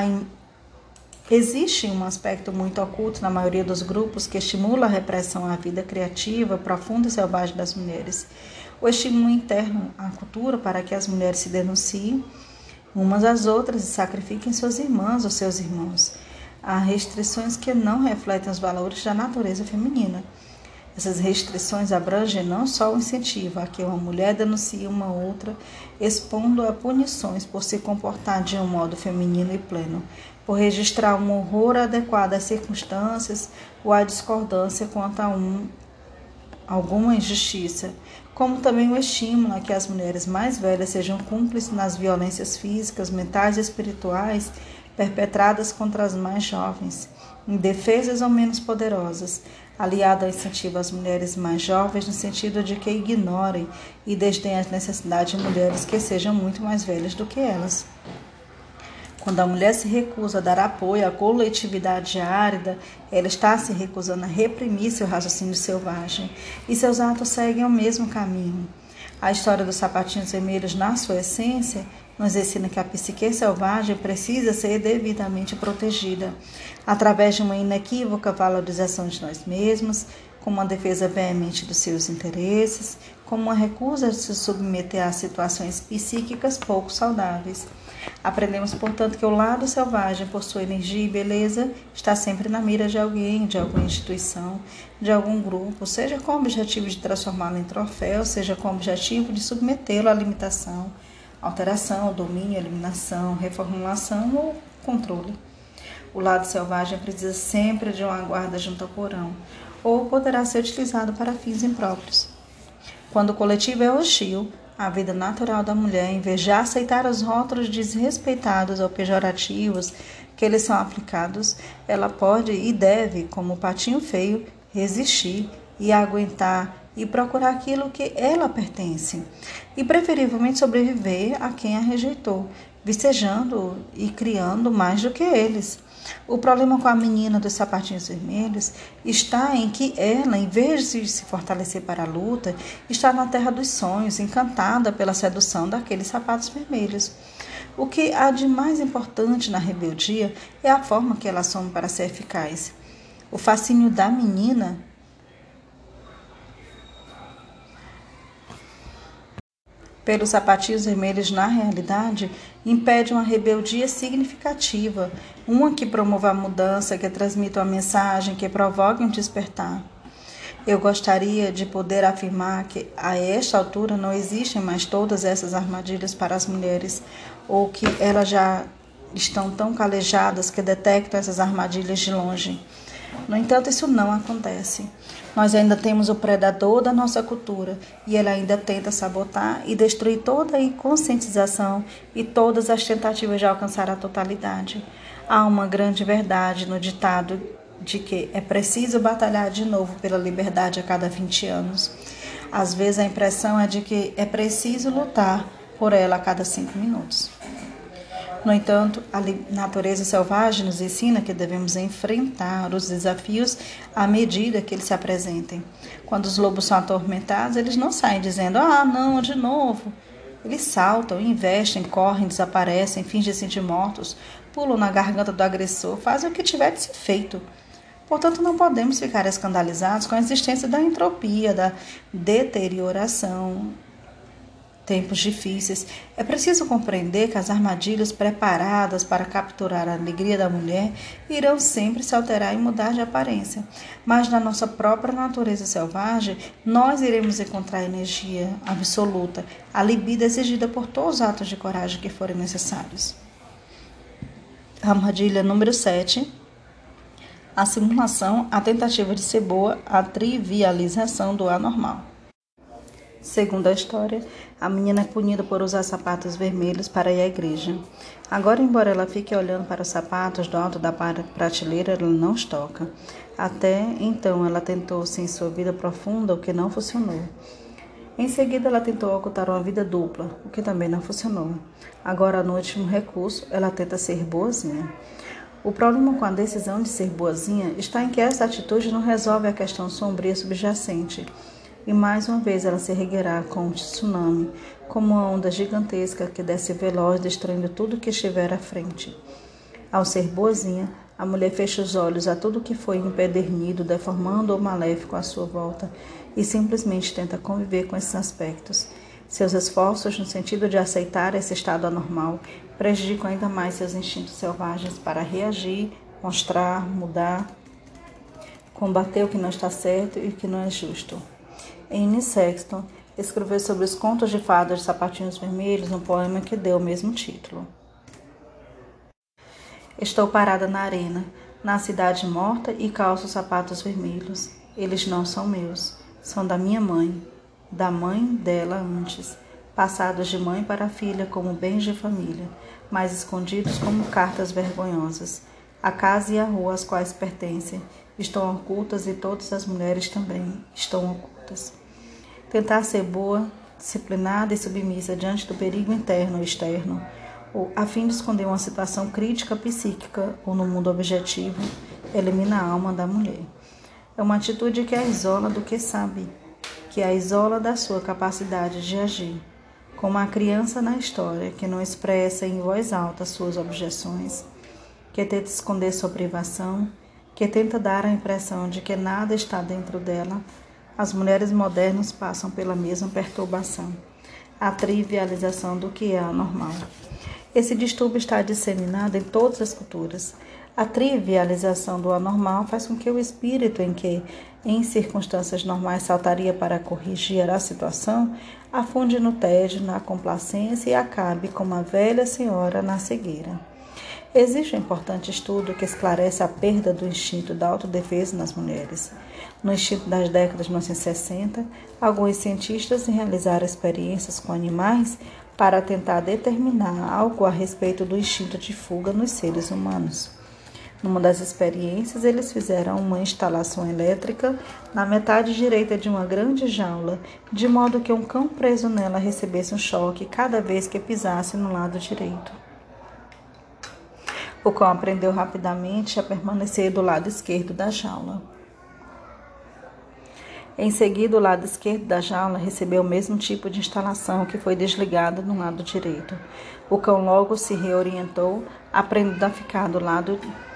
existe um aspecto muito oculto na maioria dos grupos que estimula a repressão à vida criativa, profunda e selvagem das mulheres. O estímulo interno à cultura para que as mulheres se denunciem umas às outras e sacrifiquem suas irmãs ou seus irmãos. Há restrições que não refletem os valores da natureza feminina. Essas restrições abrangem não só o incentivo a que uma mulher denuncie uma outra, expondo a punições por se comportar de um modo feminino e pleno, por registrar um horror adequado às circunstâncias ou à discordância quanto a alguma injustiça, como também o estímulo a que as mulheres mais velhas sejam cúmplices nas violências físicas, mentais e espirituais perpetradas contra as mais jovens, indefesas ou menos poderosas, aliado ao incentivo às mulheres mais jovens no sentido de que ignorem e desdenhem as necessidades de mulheres que sejam muito mais velhas do que elas. Quando a mulher se recusa a dar apoio à coletividade árida, ela está se recusando a reprimir seu raciocínio selvagem, e seus atos seguem o mesmo caminho. A história dos sapatinhos vermelhos, na sua essência, nos ensina que a psique selvagem precisa ser devidamente protegida, através de uma inequívoca valorização de nós mesmos, como uma defesa veemente dos seus interesses, como uma recusa de se submeter a situações psíquicas pouco saudáveis. Aprendemos, portanto, que o lado selvagem, por sua energia e beleza, está sempre na mira de alguém, de alguma instituição, de algum grupo, seja com o objetivo de transformá-lo em troféu, seja com o objetivo de submetê-lo à limitação, alteração, domínio, eliminação, reformulação ou controle. O lado selvagem precisa sempre de uma guarda junto ao porão, ou poderá ser utilizado para fins impróprios. Quando o coletivo é hostil, a vida natural da mulher, em vez de aceitar os rótulos desrespeitados ou pejorativos que lhes são aplicados, ela pode e deve, como o patinho feio, resistir e aguentar e procurar aquilo que ela pertence, e preferivelmente sobreviver a quem a rejeitou, vicejando e criando mais do que eles. O problema com a menina dos sapatinhos vermelhos está em que ela, em vez de se fortalecer para a luta, está na terra dos sonhos, encantada pela sedução daqueles sapatos vermelhos. O que há de mais importante na rebeldia é a forma que ela assume para ser eficaz. O fascínio da menina pelos sapatinhos vermelhos, na realidade, impede uma rebeldia significativa, uma que promova a mudança, que transmita uma mensagem, que provoque um despertar. Eu gostaria de poder afirmar que, a esta altura, não existem mais todas essas armadilhas para as mulheres, ou que elas já estão tão calejadas que detectam essas armadilhas de longe. No entanto, isso não acontece. Nós ainda temos o predador da nossa cultura e ele ainda tenta sabotar e destruir toda a conscientização e todas as tentativas de alcançar a totalidade. Há uma grande verdade no ditado de que é preciso batalhar de novo pela liberdade a cada 20 anos. Às vezes a impressão é de que é preciso lutar por ela a cada 5 minutos. No entanto, a natureza selvagem nos ensina que devemos enfrentar os desafios à medida que eles se apresentem. Quando os lobos são atormentados, eles não saem dizendo, não, de novo. Eles saltam, investem, correm, desaparecem, fingem-se de mortos, pulam na garganta do agressor, fazem o que tiver de ser feito. Portanto, não podemos ficar escandalizados com a existência da entropia, da deterioração, tempos difíceis. É preciso compreender que as armadilhas preparadas para capturar a alegria da mulher irão sempre se alterar e mudar de aparência. Mas na nossa própria natureza selvagem, nós iremos encontrar a energia absoluta, a libido exigida por todos os atos de coragem que forem necessários. Armadilha número 7. A simulação, a tentativa de ser boa, a trivialização do anormal. Segundo a história, a menina é punida por usar sapatos vermelhos para ir à igreja. Agora, embora ela fique olhando para os sapatos do alto da prateleira, ela não os toca. Até então, ela tentou-se em sua vida profunda, o que não funcionou. Em seguida, ela tentou ocultar uma vida dupla, o que também não funcionou. Agora, no último recurso, ela tenta ser boazinha. O problema com a decisão de ser boazinha está em que essa atitude não resolve a questão sombria subjacente. E mais uma vez ela se erguerá com um tsunami, como uma onda gigantesca que desce veloz, destruindo tudo que estiver à frente. Ao ser boazinha, a mulher fecha os olhos a tudo que foi empedernido, deformando ou maléfico à sua volta e simplesmente tenta conviver com esses aspectos. Seus esforços no sentido de aceitar esse estado anormal prejudicam ainda mais seus instintos selvagens para reagir, mostrar, mudar, combater o que não está certo e o que não é justo. Anne Sexton escreveu sobre os contos de fadas de sapatinhos vermelhos no poema que deu o mesmo título. Estou parada na arena, na cidade morta e calço sapatos vermelhos. Eles não são meus, são da minha mãe, da mãe dela antes, passados de mãe para filha como bens de família, mas escondidos como cartas vergonhosas. A casa e a rua às quais pertencem estão ocultas e todas as mulheres também estão ocultas. Tentar ser boa, disciplinada e submissa diante do perigo interno ou externo, ou a fim de esconder uma situação crítica psíquica ou no mundo objetivo, elimina a alma da mulher. É uma atitude que a isola do que sabe, que a isola da sua capacidade de agir, como a criança na história que não expressa em voz alta suas objeções, que tenta esconder sua privação, que tenta dar a impressão de que nada está dentro dela. As mulheres modernas passam pela mesma perturbação, a trivialização do que é anormal. Esse distúrbio está disseminado em todas as culturas. A trivialização do anormal faz com que o espírito em que, em circunstâncias normais, saltaria para corrigir a situação, afunde no tédio, na complacência e acabe como a velha senhora na cegueira. Existe um importante estudo que esclarece a perda do instinto da autodefesa nas mulheres. No instinto das décadas de 1960, alguns cientistas realizaram experiências com animais para tentar determinar algo a respeito do instinto de fuga nos seres humanos. Numa das experiências, eles fizeram uma instalação elétrica na metade direita de uma grande jaula, de modo que um cão preso nela recebesse um choque cada vez que pisasse no lado direito. O cão aprendeu rapidamente a permanecer do lado esquerdo da jaula. Em seguida, o lado esquerdo da jaula recebeu o mesmo tipo de instalação que foi desligada no lado direito. O cão logo se reorientou, aprendendo a ficar do lado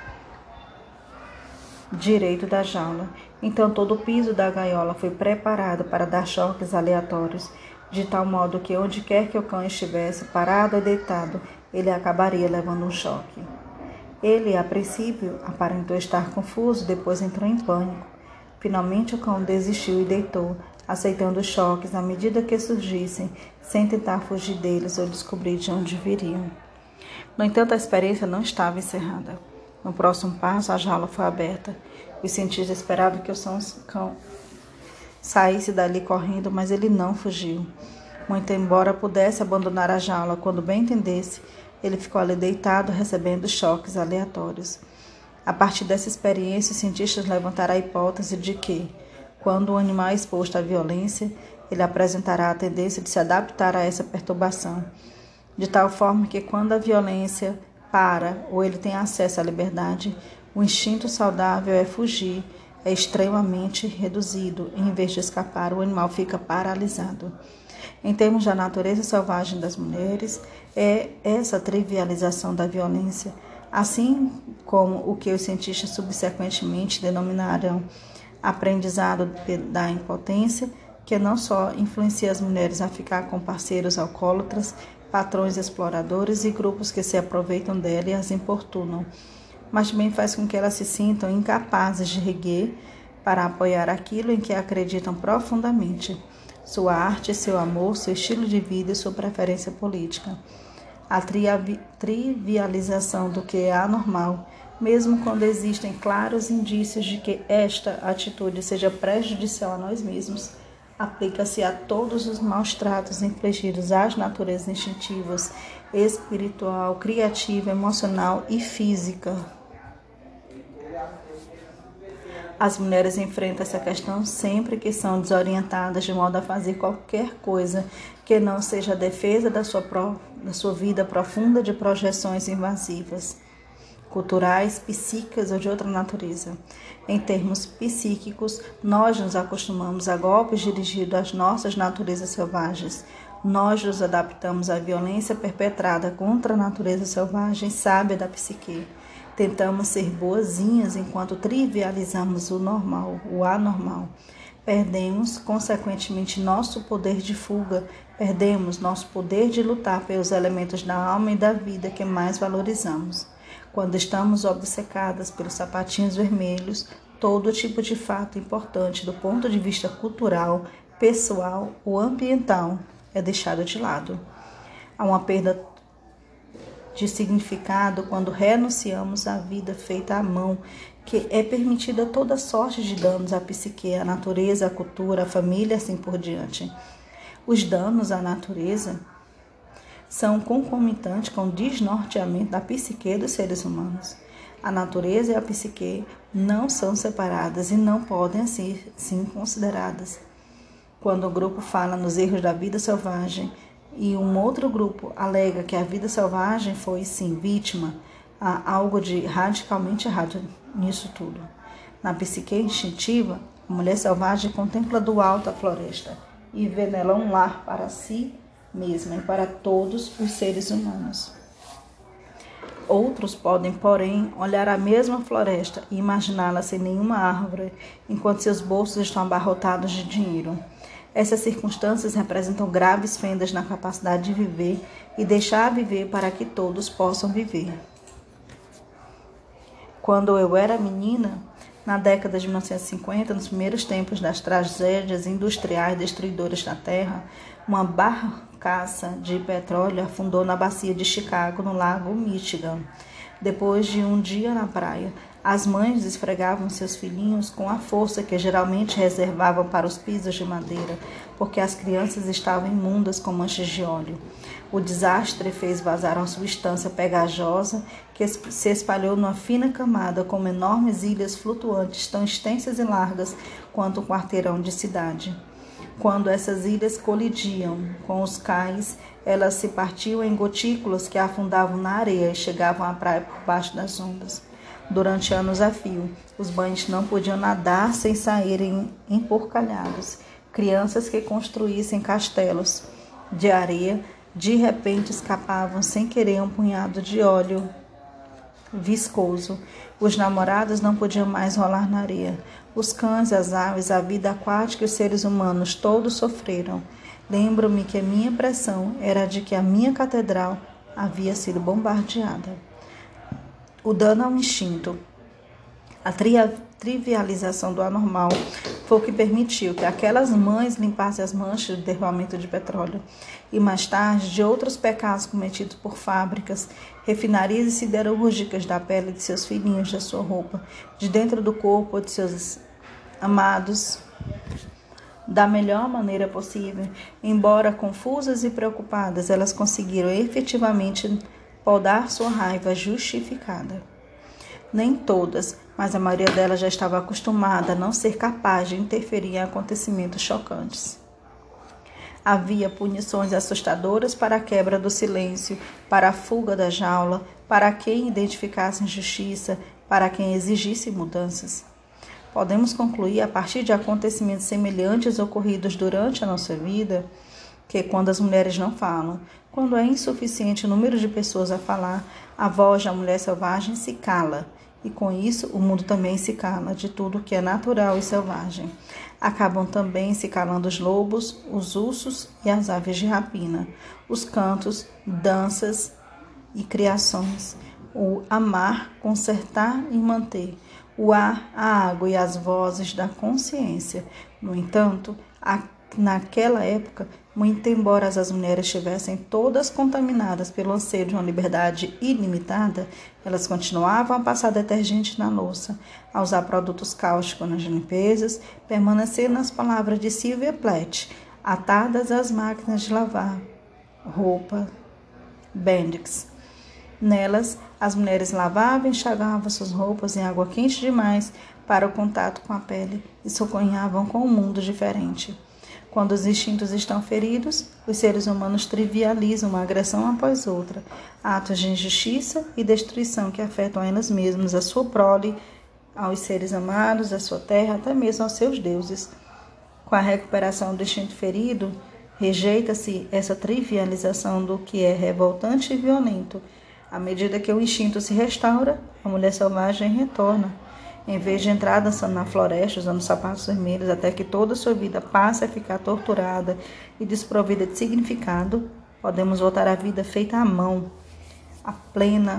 direito da jaula. Então todo o piso da gaiola foi preparado para dar choques aleatórios, de tal modo que onde quer que o cão estivesse, parado ou deitado, ele acabaria levando um choque. Ele, a princípio, aparentou estar confuso, depois entrou em pânico. Finalmente o cão desistiu e deitou, aceitando os choques à medida que surgissem, sem tentar fugir deles ou descobrir de onde viriam. No entanto, a experiência não estava encerrada. No próximo passo, a jaula foi aberta. Os cientistas esperavam que o cão saísse dali correndo, mas ele não fugiu. Muito embora pudesse abandonar a jaula quando bem entendesse, ele ficou ali deitado, recebendo choques aleatórios. A partir dessa experiência, os cientistas levantaram a hipótese de que, quando o animal é exposto à violência, ele apresentará a tendência de se adaptar a essa perturbação, de tal forma que quando a violência para ou ele tem acesso à liberdade, o instinto saudável é fugir, é extremamente reduzido. Em vez de escapar, o animal fica paralisado. Em termos da natureza selvagem das mulheres, é essa trivialização da violência, assim como o que os cientistas subsequentemente denominaram aprendizado da impotência, que não só influencia as mulheres a ficar com parceiros alcoólatras, patrões exploradores e grupos que se aproveitam dela e as importunam, mas também faz com que elas se sintam incapazes de erguer para apoiar aquilo em que acreditam profundamente, sua arte, seu amor, seu estilo de vida e sua preferência política. A trivialização do que é anormal, mesmo quando existem claros indícios de que esta atitude seja prejudicial a nós mesmos, aplica-se a todos os maus tratos infligidos às naturezas instintivas, espiritual, criativa, emocional e física. As mulheres enfrentam essa questão sempre que são desorientadas de modo a fazer qualquer coisa que não seja a defesa da sua vida profunda de projeções invasivas, culturais, psíquicas ou de outra natureza. Em termos psíquicos, nós nos acostumamos a golpes dirigidos às nossas naturezas selvagens. Nós nos adaptamos à violência perpetrada contra a natureza selvagem sábia da psique. Tentamos ser boazinhas enquanto trivializamos o normal, o anormal. Perdemos, consequentemente, nosso poder de fuga, perdemos nosso poder de lutar pelos elementos da alma e da vida que mais valorizamos. Quando estamos obcecadas pelos sapatinhos vermelhos, todo tipo de fato importante do ponto de vista cultural, pessoal ou ambiental é deixado de lado. Há uma perda de significado quando renunciamos à vida feita à mão, que é permitida toda sorte de danos à psique, à natureza, à cultura, à família, assim por diante. Os danos à natureza são concomitantes com o desnorteamento da psique dos seres humanos. A natureza e a psique não são separadas e não podem ser, sim, consideradas. Quando o grupo fala nos erros da vida selvagem e um outro grupo alega que a vida selvagem foi, sim, vítima, há algo de radicalmente errado nisso tudo. Na psique instintiva, a mulher selvagem contempla do alto a floresta e vê nela um lar para si mesma e para todos os seres humanos. Outros podem, porém, olhar a mesma floresta e imaginá-la sem nenhuma árvore, enquanto seus bolsos estão abarrotados de dinheiro. Essas circunstâncias representam graves fendas na capacidade de viver e deixar viver para que todos possam viver. Quando eu era menina, na década de 1950, nos primeiros tempos das tragédias industriais destruidoras da terra, uma barcaça de petróleo afundou na bacia de Chicago, no lago Michigan. Depois de um dia na praia, as mães esfregavam seus filhinhos com a força que geralmente reservavam para os pisos de madeira, porque as crianças estavam imundas com manchas de óleo. O desastre fez vazar uma substância pegajosa que se espalhou numa fina camada como enormes ilhas flutuantes tão extensas e largas quanto um quarteirão de cidade. Quando essas ilhas colidiam com os cais, elas se partiam em gotículas que afundavam na areia e chegavam à praia por baixo das ondas. Durante anos a fio, os banhos não podiam nadar sem saírem emporcalhados. Crianças que construíssem castelos de areia, de repente escapavam sem querer um punhado de óleo viscoso. Os namorados não podiam mais rolar na areia. Os cães, as aves, a vida aquática e os seres humanos todos sofreram. Lembro-me que a minha impressão era de que a minha catedral havia sido bombardeada. O dano ao instinto, a trivialização do anormal, foi o que permitiu que aquelas mães limpassem as manchas de derramamento de petróleo e, mais tarde, de outros pecados cometidos por fábricas, refinarias e siderúrgicas da pele de seus filhinhos, da sua roupa, de dentro do corpo de seus amados, da melhor maneira possível. Embora confusas e preocupadas, elas conseguiram efetivamente podar sua raiva justificada. Nem todas, mas a maioria delas já estava acostumada a não ser capaz de interferir em acontecimentos chocantes. Havia punições assustadoras para a quebra do silêncio, para a fuga da jaula, para quem identificasse injustiça, para quem exigisse mudanças. Podemos concluir, a partir de acontecimentos semelhantes ocorridos durante a nossa vida, que quando as mulheres não falam, quando é insuficiente o número de pessoas a falar, a voz da mulher selvagem se cala. E com isso, o mundo também se cala de tudo que é natural e selvagem. Acabam também se calando os lobos, os ursos e as aves de rapina, os cantos, danças e criações, o amar, consertar e manter, o ar, a água e as vozes da consciência. No entanto, naquela época, muito embora as mulheres estivessem todas contaminadas pelo anseio de uma liberdade ilimitada, elas continuavam a passar detergente na louça, a usar produtos cáusticos nas limpezas, permanecer nas palavras de Sylvia Plath, atadas às máquinas de lavar roupa, Bendix. Nelas, as mulheres lavavam e enxagavam suas roupas em água quente demais para o contato com a pele e sonhavam com um mundo diferente. Quando os instintos estão feridos, os seres humanos trivializam uma agressão após outra, atos de injustiça e destruição que afetam a elas mesmas, a sua prole, aos seres amados, a sua terra, até mesmo aos seus deuses. Com a recuperação do instinto ferido, rejeita-se essa trivialização do que é revoltante e violento. À medida que o instinto se restaura, a mulher selvagem retorna. Em vez de entrar dançando na floresta, usando sapatos vermelhos, até que toda a sua vida passe a ficar torturada e desprovida de significado, podemos voltar à vida feita à mão, a plena,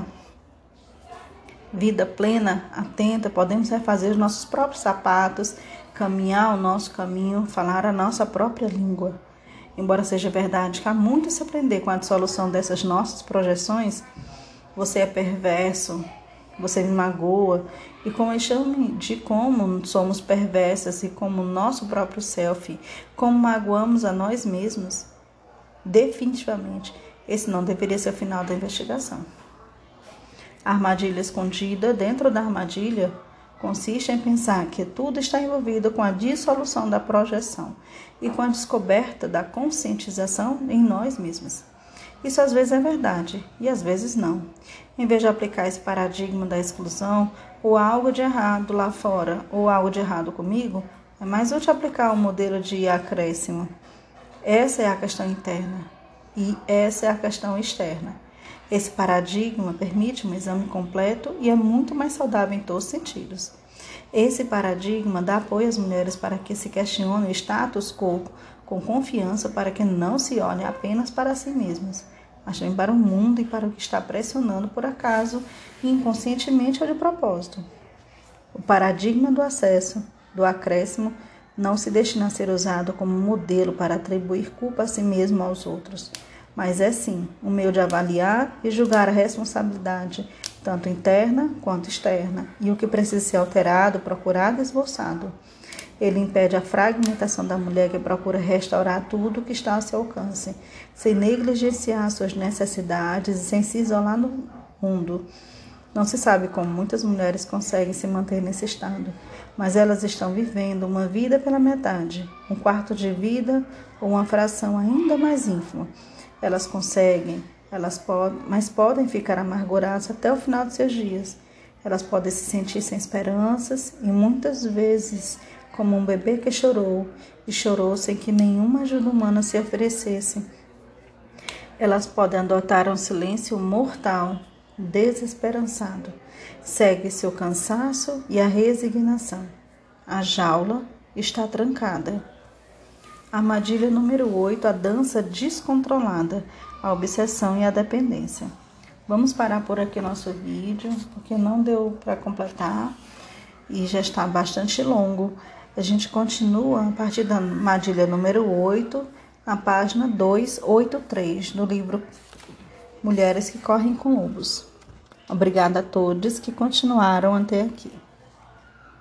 vida plena, atenta, podemos refazer os nossos próprios sapatos, caminhar o nosso caminho, falar a nossa própria língua. Embora seja verdade que há muito a se aprender com a dissolução dessas nossas projeções, você é perverso, você me magoa, e como de como somos perversas e como nosso próprio self, como magoamos a nós mesmos, definitivamente, esse não deveria ser o final da investigação. A armadilha escondida dentro da armadilha consiste em pensar que tudo está envolvido com a dissolução da projeção e com a descoberta da conscientização em nós mesmos. Isso às vezes é verdade e às vezes não. Em vez de aplicar esse paradigma da exclusão, ou algo de errado lá fora, ou algo de errado comigo, é mais útil aplicar o modelo de acréscimo. Essa é a questão interna e essa é a questão externa. Esse paradigma permite um exame completo e é muito mais saudável em todos os sentidos. Esse paradigma dá apoio às mulheres para que se questionem o status quo com confiança, para que não se olhem apenas para si mesmas, mas também para o mundo e para o que está pressionando por acaso, inconscientemente ou de propósito. O paradigma do acesso, do acréscimo, não se destina a ser usado como modelo para atribuir culpa a si mesmo ou aos outros, mas é sim um meio de avaliar e julgar a responsabilidade, tanto interna quanto externa, e o que precisa ser alterado, procurado e esboçado. Ele impede a fragmentação da mulher que procura restaurar tudo o que está ao seu alcance, sem negligenciar suas necessidades e sem se isolar no mundo. Não se sabe como muitas mulheres conseguem se manter nesse estado, mas elas estão vivendo uma vida pela metade, um quarto de vida ou uma fração ainda mais ínfima. Elas conseguem, mas podem ficar amarguradas até o final de seus dias. Elas podem se sentir sem esperanças e muitas vezes como um bebê que chorou e chorou sem que nenhuma ajuda humana se oferecesse. Elas podem adotar um silêncio mortal, desesperançado. Segue-se o cansaço e a resignação. A jaula está trancada. Armadilha número 8, a dança descontrolada, a obsessão e a dependência. Vamos parar por aqui nosso vídeo, porque não deu para completar e já está bastante longo. A gente continua a partir da armadilha número 8, na página 283, do livro Mulheres que Correm com Lobos. Obrigada a todos que continuaram até aqui.